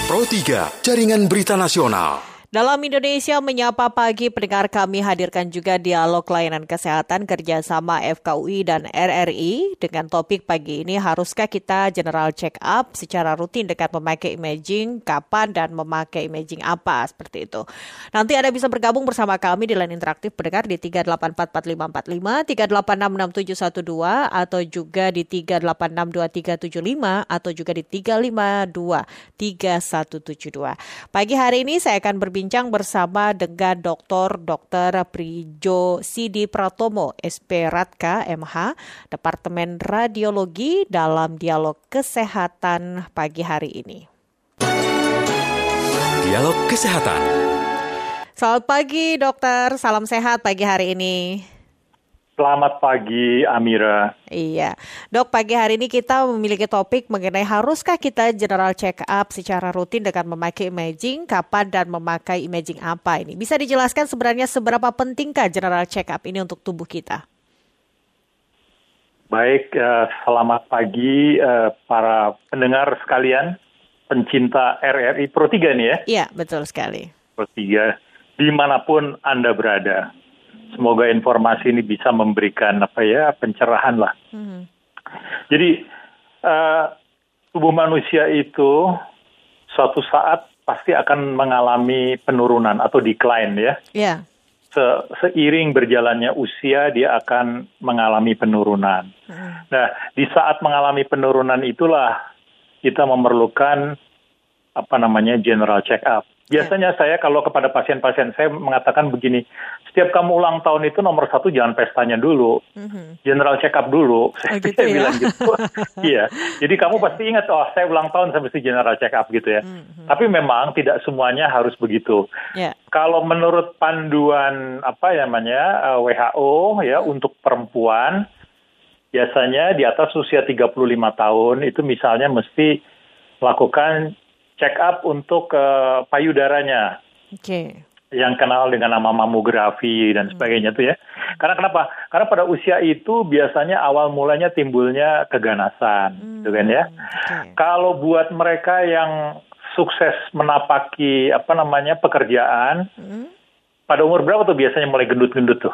Pro 3, Jaringan Berita Nasional. Dalam Indonesia Menyapa Pagi, pendengar, kami hadirkan juga dialog layanan kesehatan kerjasama FKUI dan RRI dengan topik pagi ini, haruskah kita general check up secara rutin dengan memakai imaging, kapan dan memakai imaging apa, seperti itu. Nanti Anda bisa bergabung bersama kami di line interaktif pendengar di 3844545, 3866712 atau juga di 3862375 atau juga di 3523172. Pagi hari ini saya akan berbincang bersama dengan Dr. Prijo Sidi Pratomo, SP Ratka MH, Departemen Radiologi, dalam dialog kesehatan pagi hari ini. Dialog kesehatan. Selamat pagi dokter, salam sehat pagi hari ini. Selamat pagi, Amira. Iya, dok, pagi hari ini kita memiliki topik mengenai haruskah kita general check up secara rutin dengan memakai imaging, kapan dan memakai imaging apa ini. Bisa dijelaskan sebenarnya seberapa pentingkah general check up ini untuk tubuh kita? Baik, selamat pagi para pendengar sekalian, pencinta RRI Pro 3 nih ya. Iya, betul sekali. Pro 3, dimanapun Anda berada. Semoga informasi ini bisa memberikan pencerahan lah. Jadi tubuh manusia itu suatu saat pasti akan mengalami penurunan atau decline ya. Iya. Seiring berjalannya usia dia akan mengalami penurunan. Nah, di saat mengalami penurunan itulah kita memerlukan general check up. Biasanya saya kalau kepada pasien-pasien saya mengatakan begini, setiap kamu ulang tahun itu nomor satu jangan pestanya dulu, general check up dulu. Saya bilang gitu. Iya, jadi kamu pasti ingat, saya ulang tahun saya mesti general check up gitu ya. Tapi memang tidak semuanya harus begitu. Kalau menurut panduan WHO ya untuk perempuan, biasanya di atas usia 35 tahun itu misalnya mesti lakukan check up untuk payudaranya, yang kenal dengan nama mamografi dan sebagainya tuh ya. Karena kenapa? Karena pada usia itu biasanya awal mulanya timbulnya keganasan, gitu kan ya. Kalau buat mereka yang sukses menapaki pekerjaan, pada umur berapa tuh biasanya mulai gendut-gendut tuh?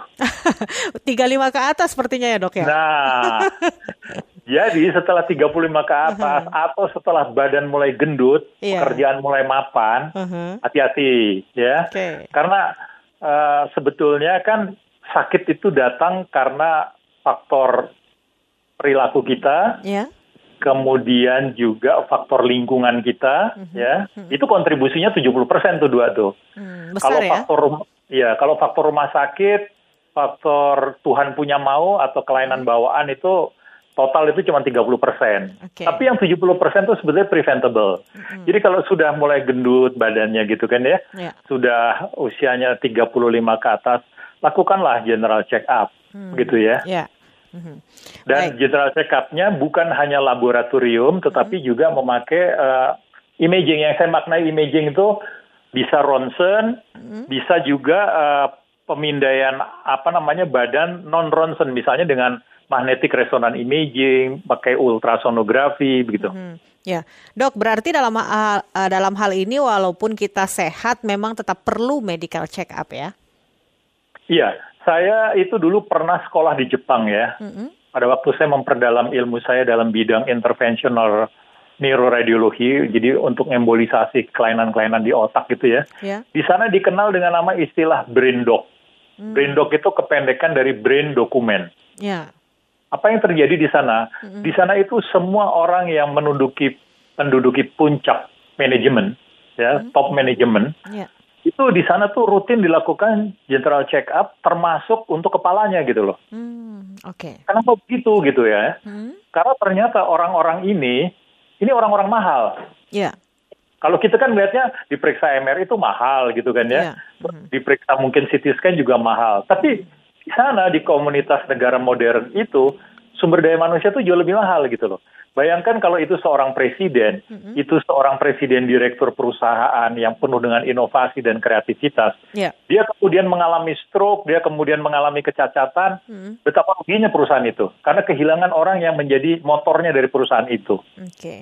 35 ke atas sepertinya ya dok ya? Nah, jadi setelah 35 ke atas atau setelah badan mulai gendut, pekerjaan mulai mapan, hati-hati ya. Karena sebetulnya kan sakit itu datang karena faktor perilaku kita, kemudian juga faktor lingkungan kita, ya. Itu kontribusinya 70% tuh dua tuh. Besar Kalau faktor rumah sakit, faktor Tuhan punya mau atau kelainan bawaan itu total itu cuma 30%. Tapi yang 70% itu sebetulnya preventable. Jadi kalau sudah mulai gendut badannya gitu kan ya, sudah usianya 35 ke atas, lakukanlah general check up, gitu ya. Dan general check up-nya bukan hanya laboratorium, tetapi juga memakai imaging. Yang saya maknai imaging itu bisa ronsen, bisa juga pemindaian badan non ronsen, misalnya dengan magnetic resonance imaging, pakai ultrasonografi, begitu. Ya, dok, berarti dalam hal ini walaupun kita sehat, memang tetap perlu medical check up ya? Iya, saya itu dulu pernah sekolah di Jepang ya. Pada waktu saya memperdalam ilmu saya dalam bidang interventional neuroradiologi, jadi untuk embolisasi kelainan-kelainan di otak gitu ya. Di sana dikenal dengan nama istilah brain doc. Brain doc itu kependekan dari brain document. Apa yang terjadi di sana? Di sana itu semua orang yang menduduki puncak manajemen, ya, top manajemen, itu di sana tuh rutin dilakukan general check up, termasuk untuk kepalanya gitu loh. Kenapa begitu gitu ya? Karena ternyata orang-orang ini orang-orang mahal. Kalau kita kan melihatnya diperiksa MRI itu mahal gitu kan ya. Diperiksa mungkin CT scan juga mahal. Tapi di sana di komunitas negara modern itu sumber daya manusia itu jauh lebih mahal gitu loh. Bayangkan kalau itu seorang presiden, itu seorang presiden direktur perusahaan yang penuh dengan inovasi dan kreativitas. Dia kemudian mengalami stroke, dia kemudian mengalami kecacatan. Betapa ruginya perusahaan itu, karena kehilangan orang yang menjadi motornya dari perusahaan itu.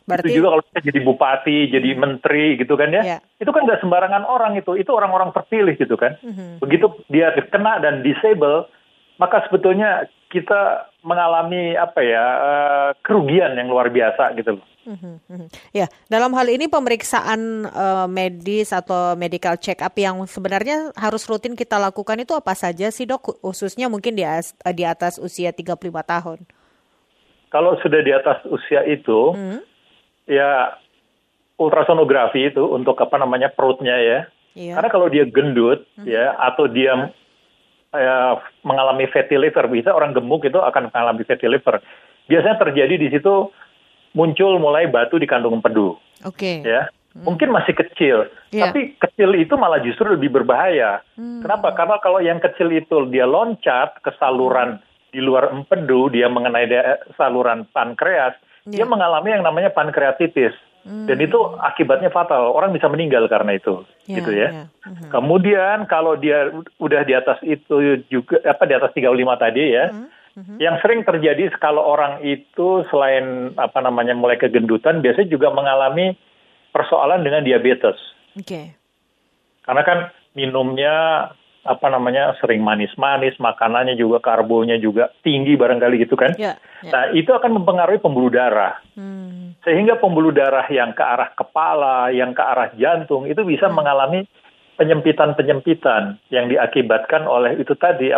Berarti... Itu juga kalau kita jadi bupati, jadi menteri gitu kan ya. Itu kan nggak sembarangan orang itu orang-orang terpilih gitu kan. Begitu dia kena dan disable, maka sebetulnya kita mengalami kerugian yang luar biasa gitu loh. Ya, dalam hal ini pemeriksaan medis atau medical check up yang sebenarnya harus rutin kita lakukan itu apa saja sih dok? Khususnya mungkin di atas usia 35 tahun. Kalau sudah di atas usia itu, ya ultrasonografi itu untuk perutnya ya. Karena kalau dia gendut ya atau dia mengalami fatty liver, bisa orang gemuk itu akan mengalami fatty liver. Biasanya terjadi di situ muncul mulai batu di kandung empedu. Ya. Mungkin masih kecil, tapi kecil itu malah justru lebih berbahaya. Kenapa? Karena kalau yang kecil itu dia loncat ke saluran di luar empedu, dia mengenai saluran pankreas, dia mengalami yang namanya pankreatitis. Dan itu akibatnya fatal, orang bisa meninggal karena itu, gitu ya. Kemudian kalau dia udah di atas itu juga, di atas 35 tadi ya, yang sering terjadi kalau orang itu selain mulai kegendutan, biasanya juga mengalami persoalan dengan diabetes. Karena kan minumnya sering manis-manis, makanannya juga karbonya juga tinggi barangkali gitu kan. Nah, itu akan mempengaruhi pembuluh darah. Sehingga pembuluh darah yang ke arah kepala, yang ke arah jantung itu bisa mengalami penyempitan-penyempitan yang diakibatkan oleh itu tadi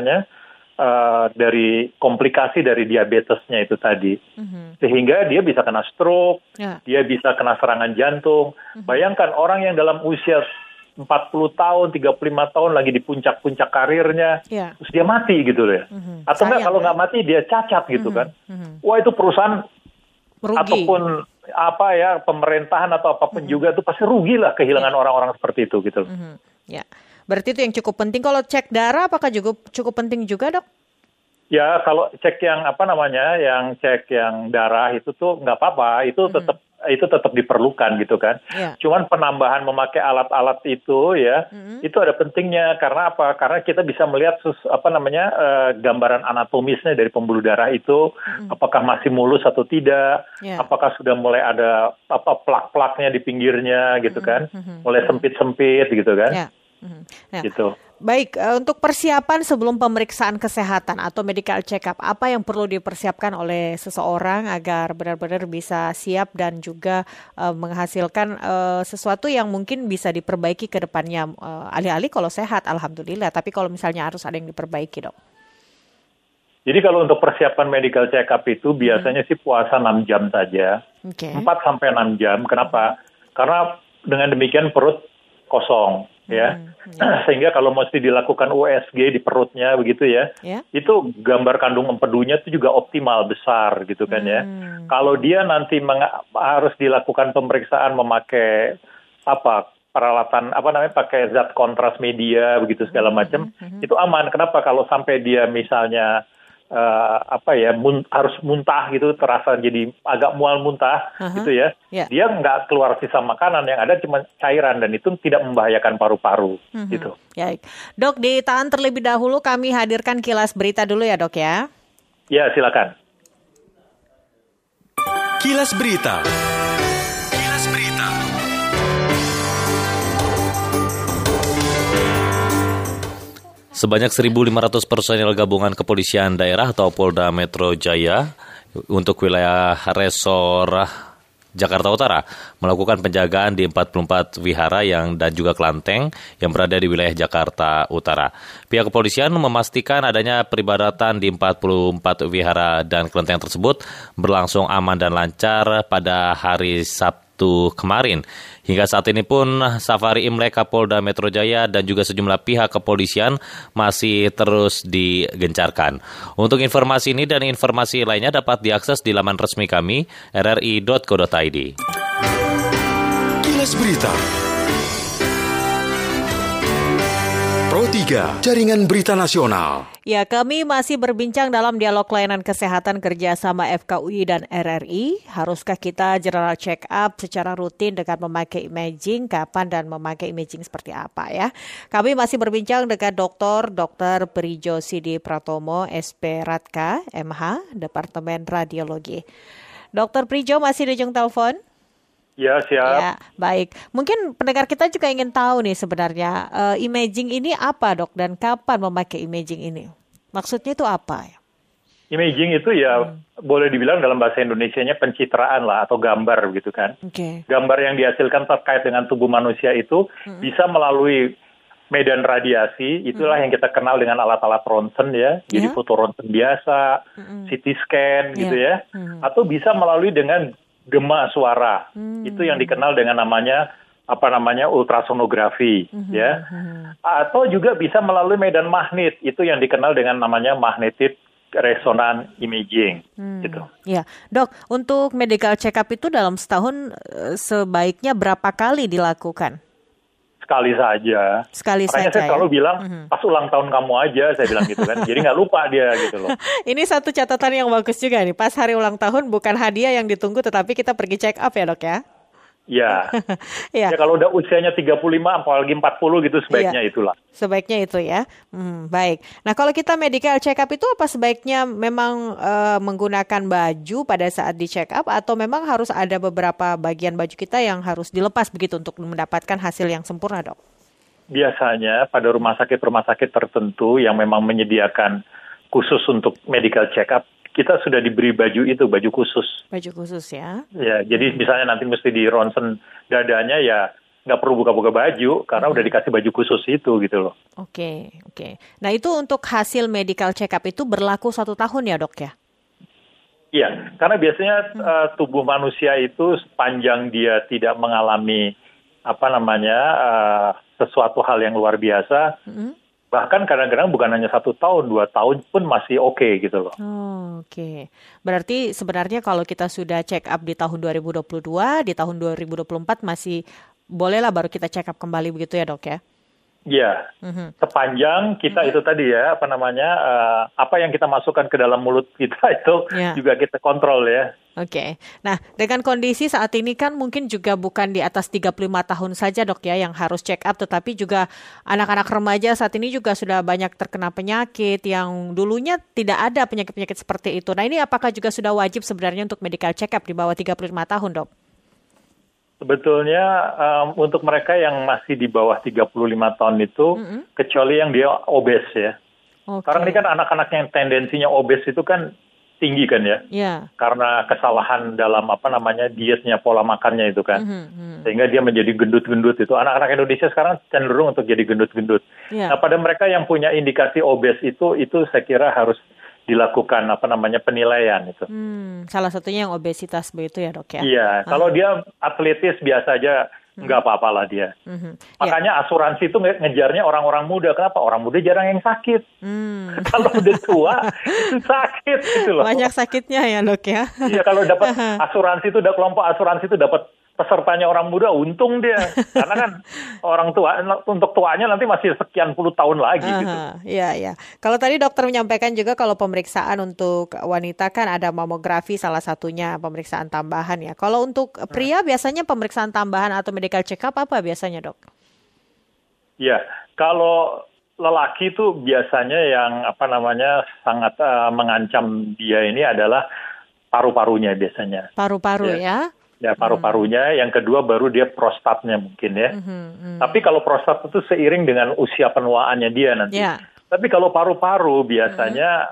dari komplikasi dari diabetesnya itu tadi. Sehingga dia bisa kena stroke, dia bisa kena serangan jantung. Bayangkan orang yang dalam usia 40 tahun, 35 tahun lagi di puncak-puncak karirnya, terus dia mati gitu loh ya. Atau enggak, kalau nggak mati dia cacat gitu kan. Wah, itu perusahaan rugi. Ataupun pemerintahan atau apapun juga itu pasti rugi lah kehilangan orang-orang seperti itu gitu. Ya. Berarti itu yang cukup penting. Kalau cek darah apakah cukup penting juga, dok? Ya, kalau cek yang yang cek yang darah itu tuh nggak apa-apa, itu tetap diperlukan gitu kan. Cuman penambahan memakai alat-alat itu ya, itu ada pentingnya karena apa? Karena kita bisa melihat gambaran anatomisnya dari pembuluh darah itu, apakah masih mulus atau tidak, apakah sudah mulai ada plak-plaknya di pinggirnya gitu kan, mulai sempit-sempit gitu kan. Gitu. Baik, untuk persiapan sebelum pemeriksaan kesehatan atau medical check-up, apa yang perlu dipersiapkan oleh seseorang agar benar-benar bisa siap dan juga menghasilkan sesuatu yang mungkin bisa diperbaiki ke depannya, alih-alih kalau sehat, alhamdulillah, tapi kalau misalnya harus ada yang diperbaiki, dok? Jadi kalau untuk persiapan medical check-up itu biasanya sih puasa 6 jam saja, 4-6 jam. Kenapa? Karena dengan demikian perut kosong. Sehingga kalau mesti dilakukan USG di perutnya begitu ya, itu gambar kandung empedunya itu juga optimal besar gitu kan ya. Kalau dia nanti harus dilakukan pemeriksaan memakai peralatan pakai zat kontras media begitu segala macam, itu aman. Kenapa? Kalau sampai dia misalnya harus muntah gitu, terasa jadi agak mual muntah gitu ya. Dia nggak keluar sisa makanan, yang ada cuma cairan dan itu tidak membahayakan paru-paru gitu. Dok, ditahan terlebih dahulu, kami hadirkan kilas berita dulu ya, dok ya. Ya, silakan. Kilas Berita. Sebanyak 1.500 personil gabungan kepolisian daerah atau Polda Metro Jaya untuk wilayah Resor Jakarta Utara melakukan penjagaan di 44 wihara dan juga kelenteng yang berada di wilayah Jakarta Utara. Pihak kepolisian memastikan adanya peribadatan di 44 wihara dan kelenteng tersebut berlangsung aman dan lancar pada hari Sabtu kemarin. Hingga saat ini pun safari Imlek Kapolda Metro Jaya dan juga sejumlah pihak kepolisian masih terus digencarkan. Untuk informasi ini dan informasi lainnya dapat diakses di laman resmi kami rri.co.id. Kilas Berita. Pro 3, Jaringan Berita Nasional. Ya, kami masih berbincang dalam dialog layanan kesehatan kerjasama FKUI dan RRI. Haruskah kita general check up secara rutin dengan memakai imaging? Kapan dan memakai imaging seperti apa ya? Kami masih berbincang dengan Dr. Prijo Sidi Pratomo, SP Ratka, MH, Departemen Radiologi. Dokter Prijo masih di ujung telepon? Ya, siap. Ya, baik. Mungkin pendengar kita juga ingin tahu nih sebenarnya imaging ini apa, Dok, dan kapan memakai imaging ini? Maksudnya itu apa ya? Imaging itu ya boleh dibilang dalam bahasa Indonesianya pencitraan lah atau gambar gitu kan. Okay. Gambar yang dihasilkan terkait dengan tubuh manusia itu bisa melalui medan radiasi, itulah yang kita kenal dengan alat-alat ronsen ya. Jadi foto ronsen biasa, CT scan gitu ya. Atau bisa melalui dengan gema suara. Itu yang dikenal dengan namanya ultrasonografi ya. Atau juga bisa melalui medan magnet, itu yang dikenal dengan namanya magnetic resonance imaging gitu. Ya, Dok, untuk medical check up itu dalam setahun sebaiknya berapa kali dilakukan? Sekali saja. Makanya saya selalu bilang, pas ulang tahun kamu aja, saya bilang gitu kan. Jadi nggak lupa dia gitu loh. Ini satu catatan yang bagus juga nih. Pas hari ulang tahun bukan hadiah yang ditunggu, tetapi kita pergi check up ya, Dok ya? Ya. Ya kalau udah usianya 35, apalagi 40 gitu, sebaiknya itulah. Sebaiknya itu ya. Baik. Nah kalau kita medical check up itu apa sebaiknya memang menggunakan baju pada saat di check up atau memang harus ada beberapa bagian baju kita yang harus dilepas begitu untuk mendapatkan hasil yang sempurna, Dok? Biasanya pada rumah sakit tertentu yang memang menyediakan khusus untuk medical check up, kita sudah diberi baju itu, baju khusus. Baju khusus ya? Ya, jadi misalnya nanti mesti di ronsen dadanya ya nggak perlu buka-buka baju karena udah dikasih baju khusus itu gitu loh. Oke. Nah itu untuk hasil medical check up itu berlaku 1 tahun ya, Dok ya? Iya, karena biasanya tubuh manusia itu sepanjang dia tidak mengalami sesuatu hal yang luar biasa. Bahkan kadang-kadang bukan hanya 1 tahun, 2 tahun pun masih oke gitu loh. Oke. Berarti sebenarnya kalau kita sudah check up di tahun 2022, di tahun 2024 masih bolehlah baru kita check up kembali begitu ya, Dok ya? Iya. Sepanjang kita itu tadi ya, apa yang kita masukkan ke dalam mulut kita itu juga kita kontrol ya. Oke. Nah, dengan kondisi saat ini kan mungkin juga bukan di atas 35 tahun saja, Dok ya, yang harus check up, tetapi juga anak-anak remaja saat ini juga sudah banyak terkena penyakit yang dulunya tidak ada penyakit-penyakit seperti itu. Nah, ini apakah juga sudah wajib sebenarnya untuk medical check up di bawah 35 tahun, Dok? Sebetulnya untuk mereka yang masih di bawah 35 tahun itu, kecuali yang dia obes ya. Sekarang ini kan anak-anak yang tendensinya obes itu kan tinggi kan ya. Karena kesalahan dalam dietnya, pola makannya itu kan. Sehingga dia menjadi gendut-gendut itu. Anak-anak Indonesia sekarang cenderung untuk jadi gendut-gendut. Nah, pada mereka yang punya indikasi obes itu saya kira harus dilakukan penilaian itu. Salah satunya yang obesitas begitu ya, Dok ya? Iya, kalau dia atletis biasa aja nggak apa-apa lah dia. Makanya asuransi itu ngejarnya orang-orang muda. Kenapa? Orang muda jarang yang sakit. Kalau udah tua itu sakit gitu loh. Banyak sakitnya ya, Dok ya? Iya, kalau dapat asuransi itu, kelompok asuransi itu dapat pesertanya orang muda, untung dia. Karena kan orang tua, untuk tuanya nanti masih sekian puluh tahun lagi gitu. Iya. Kalau tadi dokter menyampaikan juga kalau pemeriksaan untuk wanita kan ada mamografi salah satunya pemeriksaan tambahan ya. Kalau untuk pria biasanya pemeriksaan tambahan atau medical check up apa biasanya, Dok? Iya, kalau lelaki itu biasanya yang sangat mengancam dia ini adalah paru-parunya biasanya. Paru-paru ya? Ya, paru-parunya. Yang kedua baru dia prostatnya mungkin ya. Tapi kalau prostat itu seiring dengan usia penuaannya dia nanti. Tapi kalau paru-paru biasanya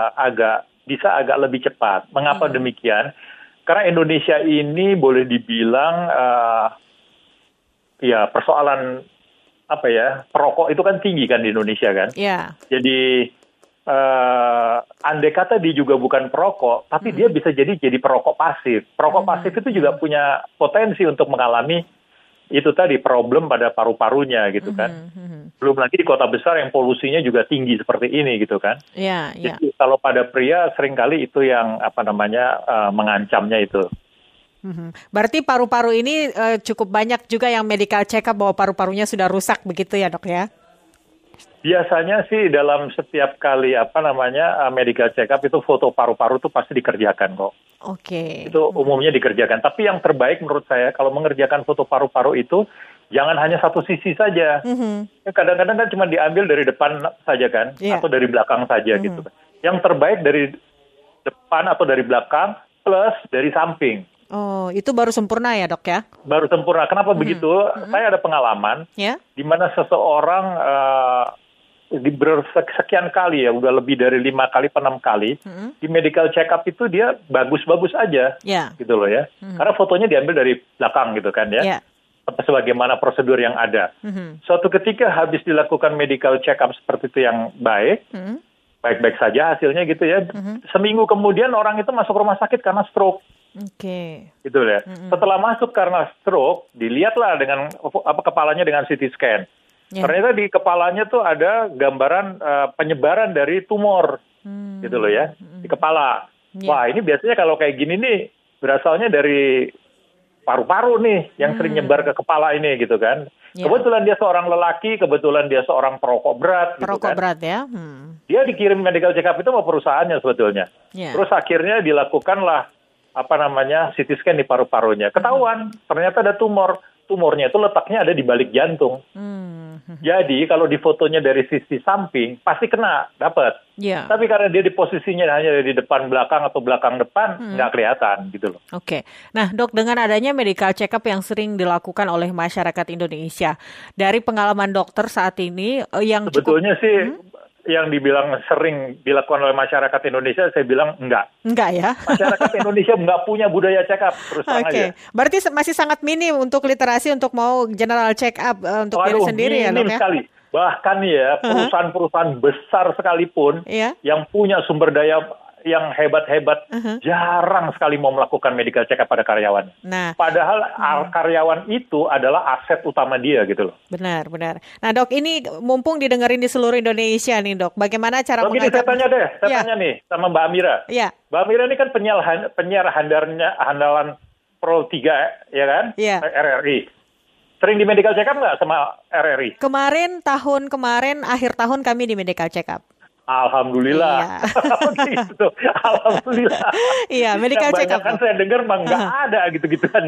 bisa agak lebih cepat. Mengapa demikian? Karena Indonesia ini boleh dibilang persoalan perokok itu kan tinggi kan di Indonesia kan. Jadi andai kata dia juga bukan perokok, tapi dia bisa jadi perokok pasif. Perokok pasif itu juga punya potensi untuk mengalami itu tadi problem pada paru-parunya gitu kan. Belum lagi di kota besar yang polusinya juga tinggi seperti ini gitu kan. Jadi kalau pada pria seringkali itu yang mengancamnya itu. Berarti paru-paru ini cukup banyak juga yang medical check up bahwa paru-parunya sudah rusak begitu ya, Dok ya? Biasanya sih dalam setiap kali medical check up itu foto paru-paru itu pasti dikerjakan kok. Itu umumnya dikerjakan. Tapi yang terbaik menurut saya kalau mengerjakan foto paru-paru itu jangan hanya satu sisi saja. Kadang-kadang kan cuma diambil dari depan saja kan, atau dari belakang saja gitu. Yang terbaik dari depan atau dari belakang plus dari samping. Oh, itu baru sempurna ya dok ya? Baru sempurna. Kenapa begitu? Saya ada pengalaman di mana seseorang sekian kali ya, udah lebih dari 5 kali, 6 kali di medical check up itu dia bagus-bagus aja, gitu loh ya. Karena fotonya diambil dari belakang gitu kan ya. Sebagaimana prosedur yang ada. Suatu ketika habis dilakukan medical check up seperti itu yang baik-baik saja hasilnya gitu ya. Seminggu kemudian orang itu masuk rumah sakit karena stroke. Gitu ya. Setelah masuk karena stroke, dilihatlah dengan kepalanya dengan CT scan. Ternyata di kepalanya tuh ada gambaran penyebaran dari tumor, gitu loh ya, di kepala. Wah, ini biasanya kalau kayak gini nih berasalnya dari paru-paru nih yang sering nyebar ke kepala ini, gitu kan. Kebetulan dia seorang lelaki, kebetulan dia seorang perokok berat, gitu perokok kan. berat ya. Dia dikirim medical check up itu sama perusahaannya sebetulnya. Terus akhirnya dilakukanlah CT scan di paru-parunya. Ketahuan ternyata ada tumor. Tumornya itu letaknya ada di balik jantung. Jadi kalau di fotonya dari sisi samping pasti kena, dapat. Tapi karena dia di posisinya hanya di depan belakang atau belakang depan, nggak kelihatan gitu loh. Nah dok, dengan adanya medical check up yang sering dilakukan oleh masyarakat Indonesia, dari pengalaman dokter saat ini yang sebetulnya sih yang dibilang sering dilakukan oleh masyarakat Indonesia, saya bilang enggak. Enggak ya? Masyarakat Indonesia enggak punya budaya check up, terus terang aja. Berarti masih sangat minim untuk literasi untuk mau general check up untuk diri sendiri ya, dok ya? Sekali. Bahkan ya, perusahaan-perusahaan besar sekalipun yang punya sumber daya yang hebat-hebat jarang sekali mau melakukan medical check up pada karyawan. Padahal karyawan itu adalah aset utama dia gitu loh. Benar. Nah dok, ini mumpung didengerin di seluruh Indonesia nih dok, bagaimana cara mengajak... Saya tanya nih sama Mbak Amira. Mbak Amira ini kan penyiar handalan Pro 3 ya kan? RRI. Sering di medical check up nggak sama RRI? Tahun kemarin, akhir tahun kami di medical check up. Alhamdulillah. Gitu. Alhamdulillah. Medical check up. Kan saya dengar nggak ada gitu-gituan.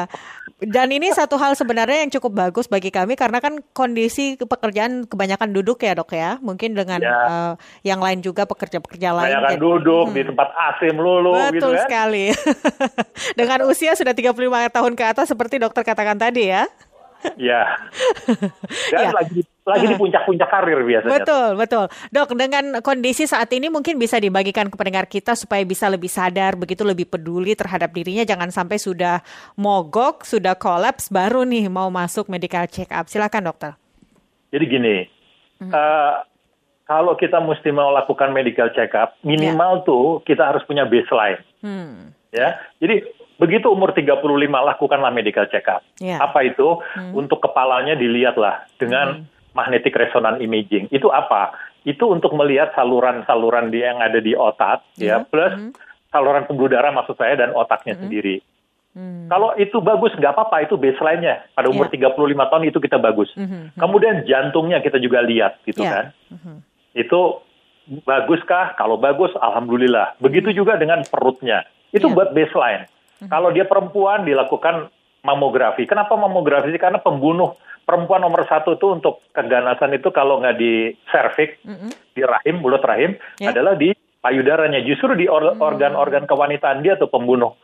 Dan ini satu hal sebenarnya yang cukup bagus bagi kami karena kan kondisi pekerjaan kebanyakan duduk ya dok ya. Mungkin dengan yang lain juga pekerja-pekerja lain. Kebanyakan duduk di tempat AC melulu. Betul gitu kan? sekali. Dengan usia sudah 35 tahun ke atas seperti dokter katakan tadi ya. Dan lagi di puncak-puncak karir biasanya. Betul. Dok, dengan kondisi saat ini mungkin bisa dibagikan ke pendengar kita supaya bisa lebih sadar, begitu lebih peduli terhadap dirinya. Jangan sampai sudah mogok, sudah kolaps, baru nih mau masuk medical check up. Silakan dokter. Jadi gini, kalau kita mesti mau lakukan medical check up, minimal tuh kita harus punya baseline. Ya, jadi begitu umur 35 lakukanlah medical check up. Apa itu? Untuk kepalanya dilihatlah dengan magnetic resonance imaging. Itu apa? Itu untuk melihat saluran-saluran yang ada di otak, plus saluran pembuluh darah maksud saya dan otaknya sendiri. Kalau itu bagus nggak apa-apa, itu baseline-nya. Pada umur 35 tahun itu kita bagus. Kemudian jantungnya kita juga lihat, gitu kan? Itu baguskah? Kalau bagus, alhamdulillah. Begitu juga dengan perutnya. Itu buat baseline. Kalau dia perempuan dilakukan mamografi. Kenapa mamografi? Karena pembunuh perempuan nomor 1 itu untuk keganasan itu kalau nggak di serviks, di rahim, mulut rahim, adalah di payudaranya. Justru di organ-organ kewanitaan dia tuh pembunuh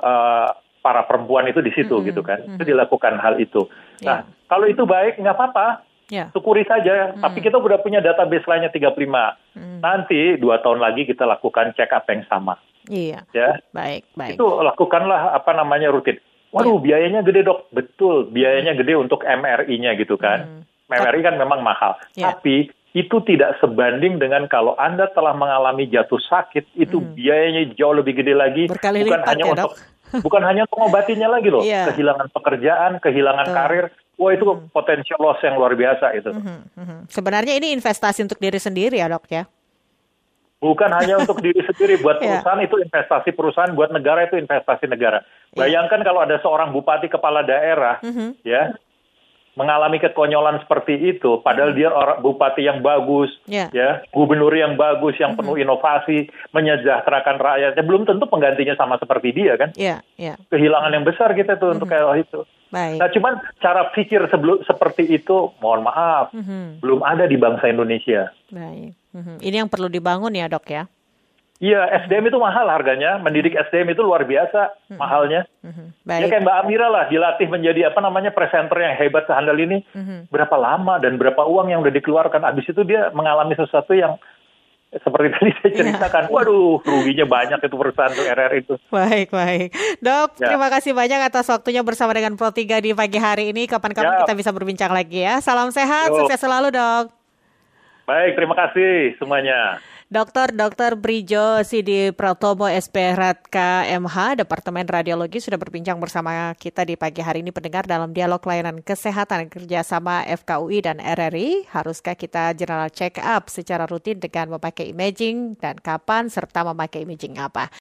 para perempuan itu di situ gitu kan. Itu dilakukan hal itu. Nah, kalau itu baik nggak apa-apa. Syukuri saja. Tapi kita udah punya data baseline-nya 35. Nanti 2 tahun lagi kita lakukan check up yang sama. Baik. Itu lakukanlah rutin. Waduh, biayanya gede dok. Betul, biayanya gede untuk MRI-nya gitu kan. MRI kan memang mahal. Tapi itu tidak sebanding dengan kalau Anda telah mengalami jatuh sakit, itu biayanya jauh lebih gede lagi. Berkali lipat dok. Bukan hanya untuk ngobatinya lagi loh. Kehilangan pekerjaan, kehilangan karir. Wah, itu potensial loss yang luar biasa itu. Sebenarnya ini investasi untuk diri sendiri ya dok ya? Bukan hanya untuk diri sendiri, buat perusahaan itu investasi perusahaan, buat negara itu investasi negara. Bayangkan kalau ada seorang bupati kepala daerah, mengalami kekonyolan seperti itu, padahal dia bupati yang bagus, gubernur yang bagus, yang penuh inovasi, menyejahterakan rakyatnya, belum tentu penggantinya sama seperti dia kan? Kehilangan yang besar kita tuh untuk kayak itu. Nah, cuman cara pikir seperti itu, mohon maaf, belum ada di bangsa Indonesia. Ini yang perlu dibangun ya dok ya? Iya, SDM itu mahal harganya. Mendidik SDM itu luar biasa mahalnya. Ya kayak Mbak Amira lah, dilatih menjadi presenter yang hebat sehandal ini. Berapa lama dan berapa uang yang udah dikeluarkan. Habis itu dia mengalami sesuatu yang seperti tadi saya ceritakan. Waduh, ruginya banyak itu perusahaan tuh RRI itu. Baik. Dok, terima kasih banyak atas waktunya bersama dengan Pro 3 di pagi hari ini. Kapan-kapan kita bisa berbincang lagi ya. Salam sehat, sukses selalu, Dok. Baik, terima kasih semuanya. Dr. Brijo Sidi Pratomo SPRK MH Departemen Radiologi sudah berbincang bersama kita di pagi hari ini pendengar dalam dialog layanan kesehatan kerjasama FKUI dan RRI. Haruskah kita general check up secara rutin dengan memakai imaging dan kapan serta memakai imaging apa?